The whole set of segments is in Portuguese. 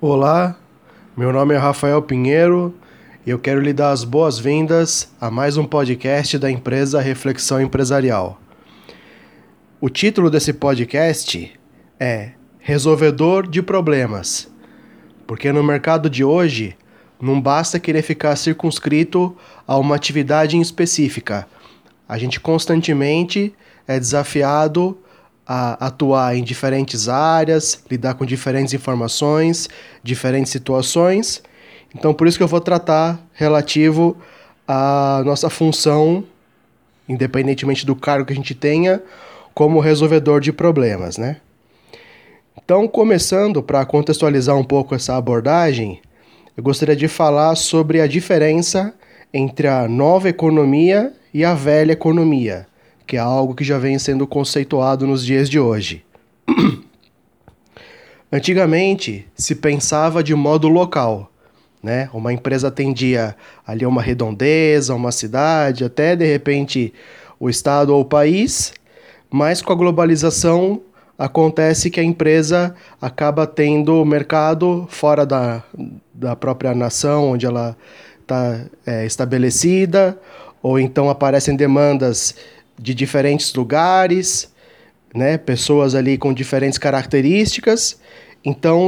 Olá, meu nome é Rafael Pinheiro e eu quero lhe dar as boas-vindas a mais um podcast da empresa Reflexão Empresarial. O título desse podcast é Resolvedor de Problemas, porque no mercado de hoje não basta querer ficar circunscrito a uma atividade em específica. A gente constantemente é desafiado a atuar em diferentes áreas, lidar com diferentes informações, diferentes situações. Então, por isso que eu vou tratar relativo à nossa função, independentemente do cargo que a gente tenha, como resolvedor de problemas, né? Então, começando para contextualizar um pouco essa abordagem, eu gostaria de falar sobre a diferença entre a nova economia e a velha economia, que é algo que já vem sendo conceituado nos dias de hoje. Antigamente, se pensava de modo local, né? Uma empresa atendia ali uma redondeza, uma cidade, até de repente o estado ou o país, mas com a globalização acontece que a empresa acaba tendo mercado fora da própria nação onde ela está estabelecida, ou então aparecem demandas de diferentes lugares, né? Pessoas ali com diferentes características. Então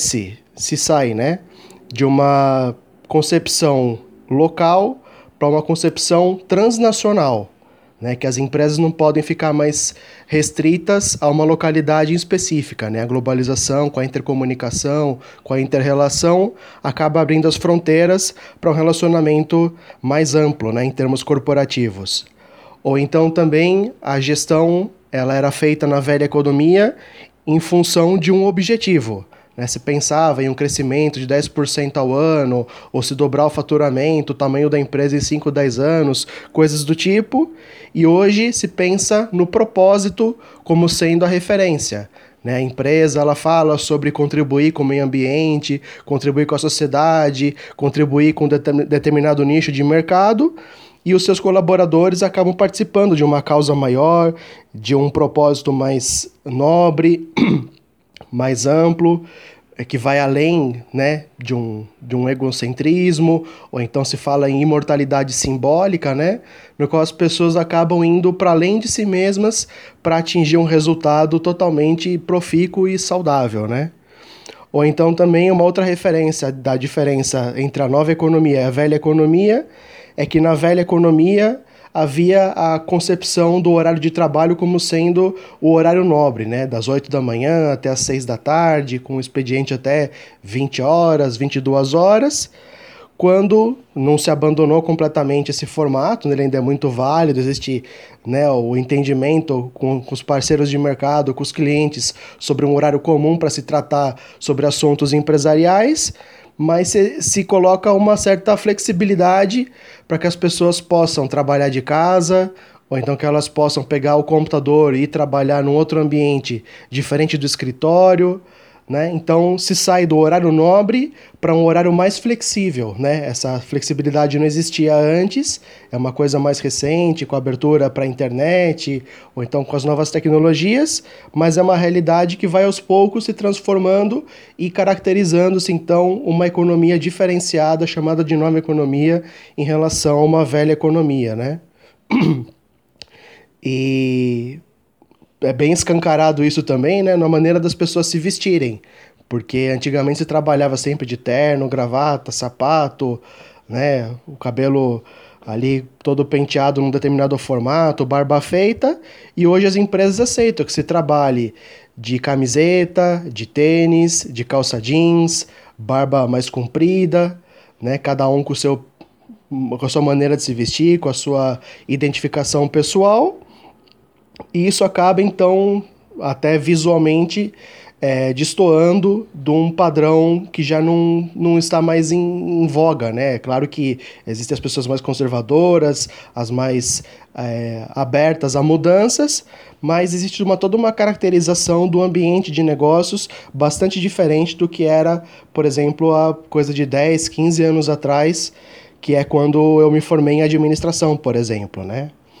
se sai, né? De uma concepção local para uma concepção transnacional, né? Que as empresas não podem ficar mais restritas a uma localidade específica, né? A globalização, com a intercomunicação, com a interrelação, acaba abrindo as fronteiras para um relacionamento mais amplo, né? Em termos corporativos. Ou então também a gestão ela era feita na velha economia em função de um objetivo, né? Se pensava em um crescimento de 10% ao ano, ou se dobrar o faturamento, o tamanho da empresa em 5, 10 anos, coisas do tipo. E hoje se pensa no propósito como sendo a referência, né? A empresa ela fala sobre contribuir com o meio ambiente, contribuir com a sociedade, contribuir com determinado nicho de mercado, e os seus colaboradores acabam participando de uma causa maior, de um propósito mais nobre, mais amplo, que vai além, né, de um egocentrismo, ou então se fala em imortalidade simbólica, né, no qual as pessoas acabam indo para além de si mesmas para atingir um resultado totalmente profícuo e saudável, né? Ou então também uma outra referência da diferença entre a nova economia e a velha economia é que na velha economia havia a concepção do horário de trabalho como sendo o horário nobre, né? Das 8 da manhã até as 6 da tarde, com expediente até 20 horas, 22 horas, quando não se abandonou completamente esse formato, né? Ele ainda é muito válido, existe, né, o entendimento com os parceiros de mercado, com os clientes, sobre um horário comum para se tratar sobre assuntos empresariais, mas se coloca uma certa flexibilidade para que as pessoas possam trabalhar de casa, ou então que elas possam pegar o computador e trabalhar num outro ambiente diferente do escritório, né? Então se sai do horário nobre para um horário mais flexível, né? Essa flexibilidade não existia antes, é uma coisa mais recente, com a abertura para a internet, ou então com as novas tecnologias, mas é uma realidade que vai aos poucos se transformando e caracterizando-se então uma economia diferenciada, chamada de nova economia, em relação a uma velha economia, né? E é bem escancarado isso também, né, na maneira das pessoas se vestirem, porque antigamente se trabalhava sempre de terno, gravata, sapato, né, o cabelo ali todo penteado num determinado formato, barba feita, e hoje as empresas aceitam que se trabalhe de camiseta, de tênis, de calça jeans, barba mais comprida, né, cada um com a sua maneira de se vestir, com a sua identificação pessoal. E isso acaba, então, até visualmente, destoando de um padrão que já não está mais em voga, né? É claro que existem as pessoas mais conservadoras, as mais abertas a mudanças, mas existe toda uma caracterização do ambiente de negócios bastante diferente do que era, por exemplo, há coisa de 10, 15 anos atrás, que é quando eu me formei em administração, por exemplo, né?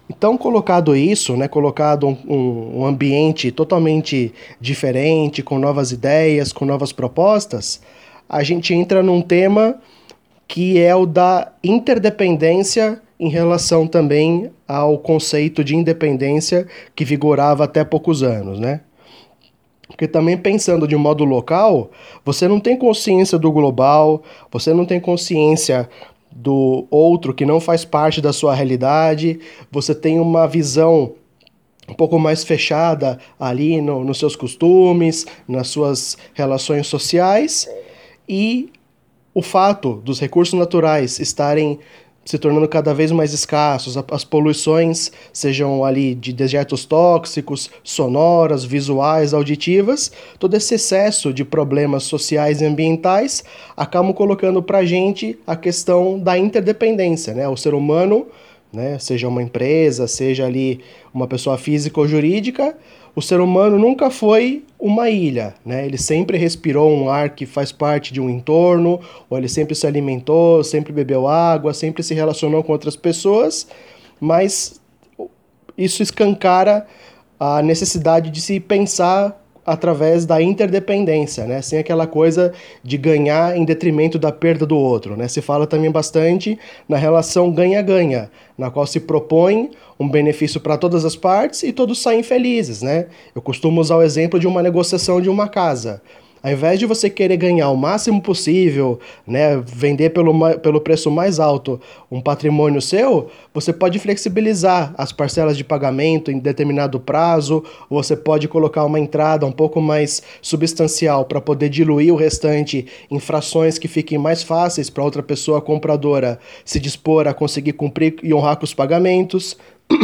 Então, colocado isso, né, colocado um ambiente totalmente diferente, com novas ideias, com novas propostas, a gente entra num tema que é o da interdependência em relação também ao conceito de independência que vigorava até poucos anos, né? Porque também pensando de um modo local, você não tem consciência do global, você não tem consciência do outro que não faz parte da sua realidade, você tem uma visão um pouco mais fechada ali nos seus costumes, nas suas relações sociais, e o fato dos recursos naturais estarem se tornando cada vez mais escassos, as poluições, sejam ali de dejetos tóxicos, sonoras, visuais, auditivas, todo esse excesso de problemas sociais e ambientais acabam colocando para a gente a questão da interdependência, né? O ser humano, né, seja uma empresa, seja ali uma pessoa física ou jurídica, o ser humano nunca foi uma ilha, né? Ele sempre respirou um ar que faz parte de um entorno, ou ele sempre se alimentou, sempre bebeu água, sempre se relacionou com outras pessoas, mas isso escancara a necessidade de se pensar através da interdependência, né? Sem aquela coisa de ganhar em detrimento da perda do outro, né? Se fala também bastante na relação ganha-ganha, na qual se propõe um benefício para todas as partes e todos saem felizes, né? Eu costumo usar o exemplo de uma negociação de uma casa. Ao invés de você querer ganhar o máximo possível, né, vender pelo preço mais alto um patrimônio seu, você pode flexibilizar as parcelas de pagamento em determinado prazo, ou você pode colocar uma entrada um pouco mais substancial para poder diluir o restante em frações que fiquem mais fáceis para outra pessoa compradora se dispor a conseguir cumprir e honrar com os pagamentos.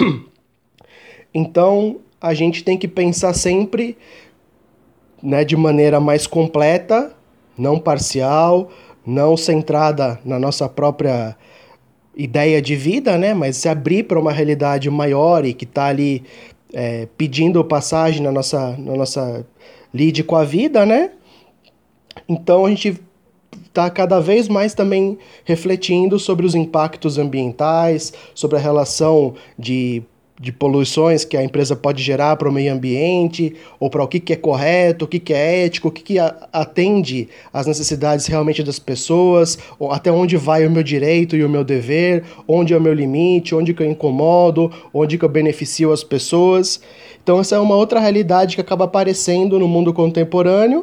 Então, a gente tem que pensar sempre, né, de maneira mais completa, não parcial, não centrada na nossa própria ideia de vida, né, mas se abrir para uma realidade maior e que está ali pedindo passagem na nossa lide com a vida, né? Então a gente está cada vez mais também refletindo sobre os impactos ambientais, sobre a relação de poluições que a empresa pode gerar para o meio ambiente, ou para o que é correto, o que é ético, o que atende às necessidades realmente das pessoas, ou até onde vai o meu direito e o meu dever, onde é o meu limite, onde que eu incomodo, onde que eu beneficio as pessoas. Então essa é uma outra realidade que acaba aparecendo no mundo contemporâneo,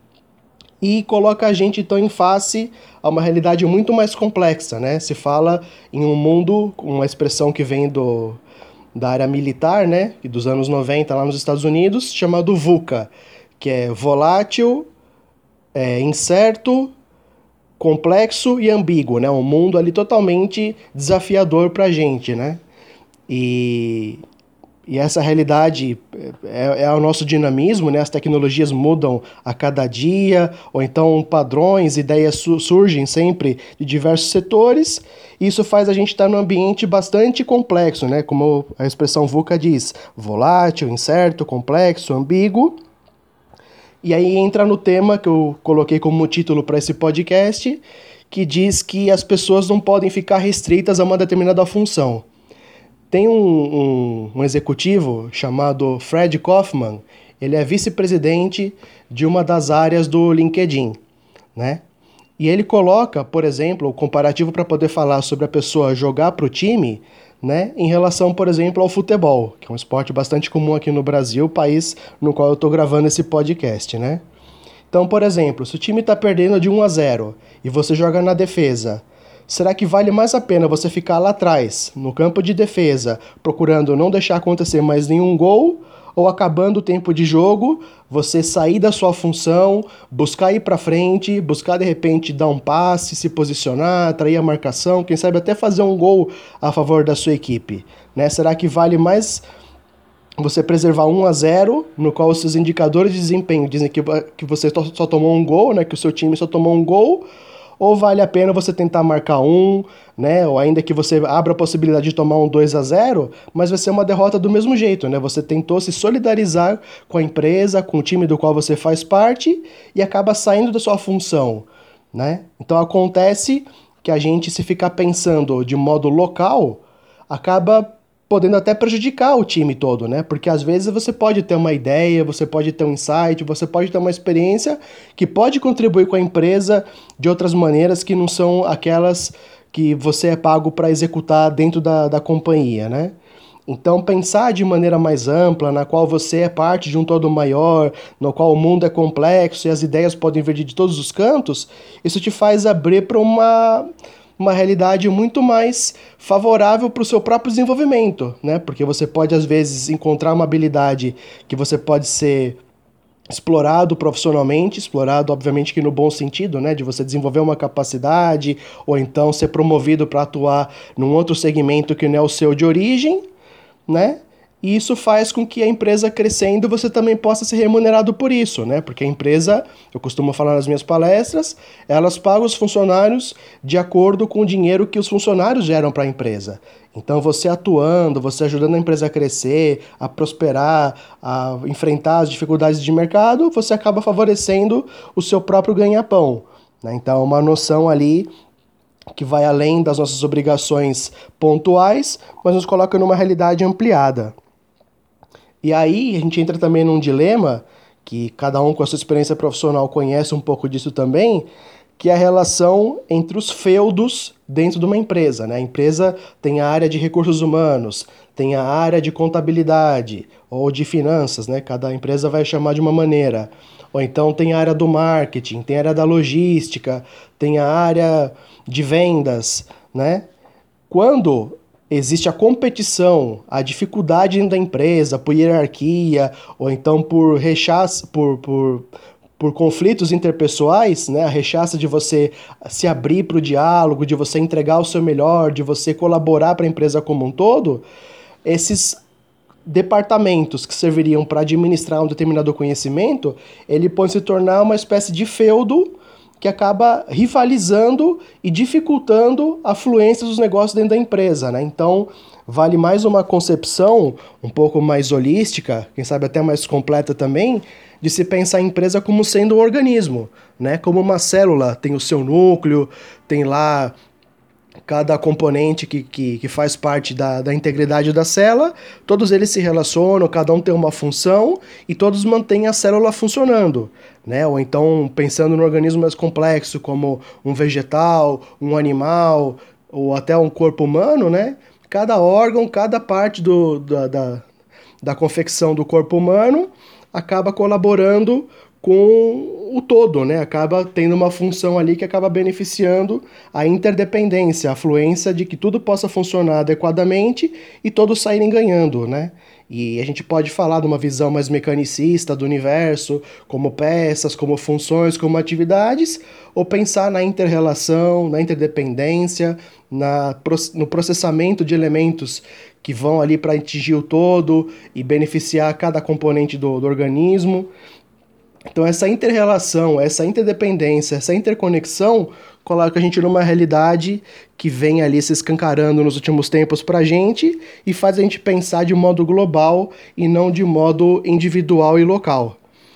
e coloca a gente então em face a uma realidade muito mais complexa, né? Se fala em um mundo, uma expressão que vem da área militar, né? E dos anos 90 lá nos Estados Unidos, chamado VUCA, que é volátil, incerto, complexo e ambíguo, né? Um mundo ali totalmente desafiador para a gente, né? E E essa realidade é o nosso dinamismo, né? As tecnologias mudam a cada dia, ou então padrões, ideias surgem sempre de diversos setores. E isso faz a gente estar num ambiente bastante complexo, né? Como a expressão VUCA diz, volátil, incerto, complexo, ambíguo. E aí entra no tema que eu coloquei como título para esse podcast, que diz que as pessoas não podem ficar restritas a uma determinada função. Tem um executivo chamado Fred Kaufman, ele é vice-presidente de uma das áreas do LinkedIn, né? E ele coloca, por exemplo, o comparativo para poder falar sobre a pessoa jogar para o time, né, em relação, por exemplo, ao futebol, que é um esporte bastante comum aqui no Brasil, país no qual eu estou gravando esse podcast, né? Então, por exemplo, se o time está perdendo de 1-0 e você joga na defesa, será que vale mais a pena você ficar lá atrás, no campo de defesa, procurando não deixar acontecer mais nenhum gol, ou acabando o tempo de jogo, você sair da sua função, buscar ir para frente, buscar de repente dar um passe, se posicionar, atrair a marcação, quem sabe até fazer um gol a favor da sua equipe, né? Será que vale mais você preservar 1-0, no qual os seus indicadores de desempenho dizem que você só tomou um gol, né, que o seu time só tomou um gol, ou vale a pena você tentar marcar um, né, ou ainda que você abra a possibilidade de tomar um 2-0, mas vai ser uma derrota do mesmo jeito, né? Você tentou se solidarizar com a empresa, com o time do qual você faz parte e acaba saindo da sua função, né? Então acontece que a gente, se ficar pensando de modo local, acaba podendo até prejudicar o time todo, né? Porque às vezes você pode ter uma ideia, você pode ter um insight, você pode ter uma experiência que pode contribuir com a empresa de outras maneiras que não são aquelas que você é pago para executar dentro da companhia, né? Então, pensar de maneira mais ampla, na qual você é parte de um todo maior, no qual o mundo é complexo e as ideias podem vir de todos os cantos, isso te faz abrir para uma realidade muito mais favorável para o seu próprio desenvolvimento, né? Porque você pode, às vezes, encontrar uma habilidade que você pode ser explorado profissionalmente, explorado obviamente que no bom sentido, né, de você desenvolver uma capacidade ou então ser promovido para atuar num outro segmento que não é o seu de origem, né? E isso faz com que a empresa crescendo você também possa ser remunerado por isso, né? Porque a empresa, eu costumo falar nas minhas palestras, elas pagam os funcionários de acordo com o dinheiro que os funcionários geram para a empresa. Então você atuando, você ajudando a empresa a crescer, a prosperar, a enfrentar as dificuldades de mercado, você acaba favorecendo o seu próprio ganha-pão, né? Então é uma noção ali que vai além das nossas obrigações pontuais, mas nos coloca numa realidade ampliada. E aí a gente entra também num dilema, que cada um com a sua experiência profissional conhece um pouco disso também, que é a relação entre os feudos dentro de uma empresa, né? A empresa tem a área de recursos humanos, tem a área de contabilidade ou de finanças, né? Cada empresa vai chamar de uma maneira. Ou então tem a área do marketing, tem a área da logística, tem a área de vendas, né? Quando existe a competição, a dificuldade dentro da empresa, por hierarquia, ou então por rechaço, por conflitos interpessoais, né? A rechaça de você se abrir para o diálogo, de você entregar o seu melhor, de você colaborar para a empresa como um todo, esses departamentos que serviriam para administrar um determinado conhecimento, ele pode se tornar uma espécie de feudo que acaba rivalizando e dificultando a fluência dos negócios dentro da empresa, né? Então, vale mais uma concepção um pouco mais holística, quem sabe até mais completa também, de se pensar a empresa como sendo um organismo, né? Como uma célula, tem o seu núcleo, tem lá cada componente que faz parte da integridade da célula, todos eles se relacionam, cada um tem uma função e todos mantêm a célula funcionando, né? Ou então, pensando no organismo mais complexo, como um vegetal, um animal, ou até um corpo humano, né? Cada órgão, cada parte da confecção do corpo humano acaba colaborando com o todo, né? Acaba tendo uma função ali que acaba beneficiando a interdependência, a fluência de que tudo possa funcionar adequadamente e todos saírem ganhando, né? E a gente pode falar de uma visão mais mecanicista do universo, como peças, como funções, como atividades, ou pensar na inter-relação, na interdependência, no processamento de elementos que vão ali para atingir o todo e beneficiar cada componente do organismo. Então essa inter-relação, essa interdependência, essa interconexão coloca a gente numa realidade que vem ali se escancarando nos últimos tempos para a gente e faz a gente pensar de modo global e não de modo individual e local.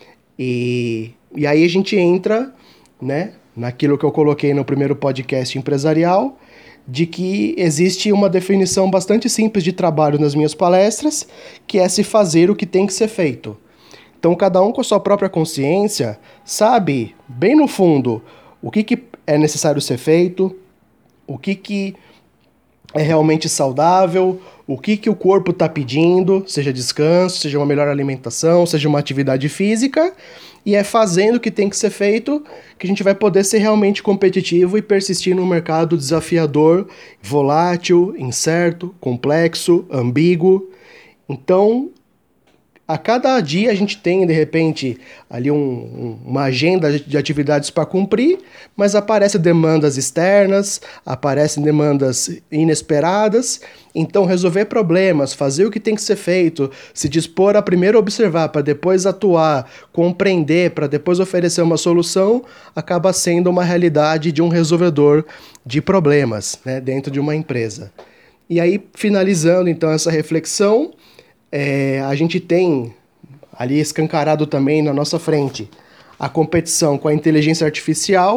E aí a gente entra, né, naquilo que eu coloquei no primeiro podcast empresarial, de que existe uma definição bastante simples de trabalho nas minhas palestras, que é se fazer o que tem que ser feito. Então, cada um com a sua própria consciência sabe, bem no fundo, o que é necessário ser feito, o que é realmente saudável, o que o corpo está pedindo, seja descanso, seja uma melhor alimentação, seja uma atividade física, e é fazendo o que tem que ser feito que a gente vai poder ser realmente competitivo e persistir num mercado desafiador, volátil, incerto, complexo, ambíguo. Então, a cada dia a gente tem, de repente, ali uma agenda de atividades para cumprir, mas aparecem demandas externas, aparecem demandas inesperadas. Então, resolver problemas, fazer o que tem que ser feito, se dispor a primeiro observar, para depois atuar, compreender, para depois oferecer uma solução, acaba sendo uma realidade de um resolvedor de problemas, né, dentro de uma empresa. E aí, finalizando então essa reflexão, a gente tem ali escancarado também na nossa frente a competição com a inteligência artificial,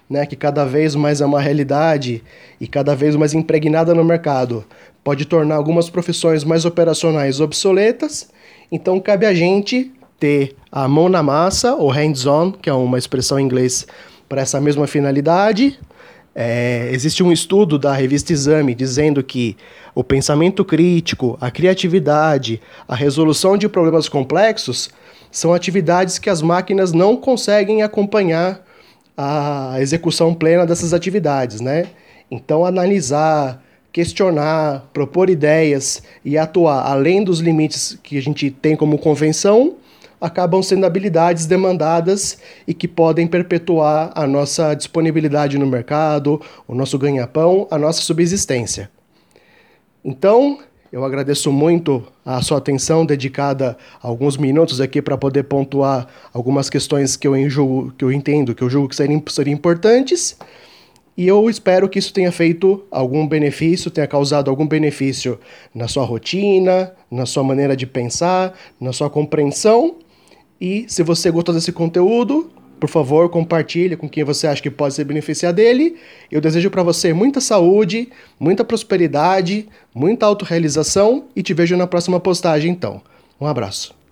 né, que cada vez mais é uma realidade e cada vez mais impregnada no mercado, pode tornar algumas profissões mais operacionais obsoletas. Então cabe a gente ter a mão na massa, ou hands-on, que é uma expressão em inglês para essa mesma finalidade. Existe um estudo da revista Exame dizendo que o pensamento crítico, a criatividade, a resolução de problemas complexos são atividades que as máquinas não conseguem acompanhar a execução plena dessas atividades, né? Então, analisar, questionar, propor ideias e atuar além dos limites que a gente tem como convenção acabam sendo habilidades demandadas e que podem perpetuar a nossa disponibilidade no mercado, o nosso ganha-pão, a nossa subsistência. Então, eu agradeço muito a sua atenção dedicada a alguns minutos aqui para poder pontuar algumas questões que eu entendo, que eu julgo que seriam importantes. E eu espero que isso tenha feito algum benefício, tenha causado algum benefício na sua rotina, na sua maneira de pensar, na sua compreensão. E se você gostou desse conteúdo, por favor, compartilhe com quem você acha que pode se beneficiar dele. Eu desejo para você muita saúde, muita prosperidade, muita autorrealização e te vejo na próxima postagem, então. Um abraço.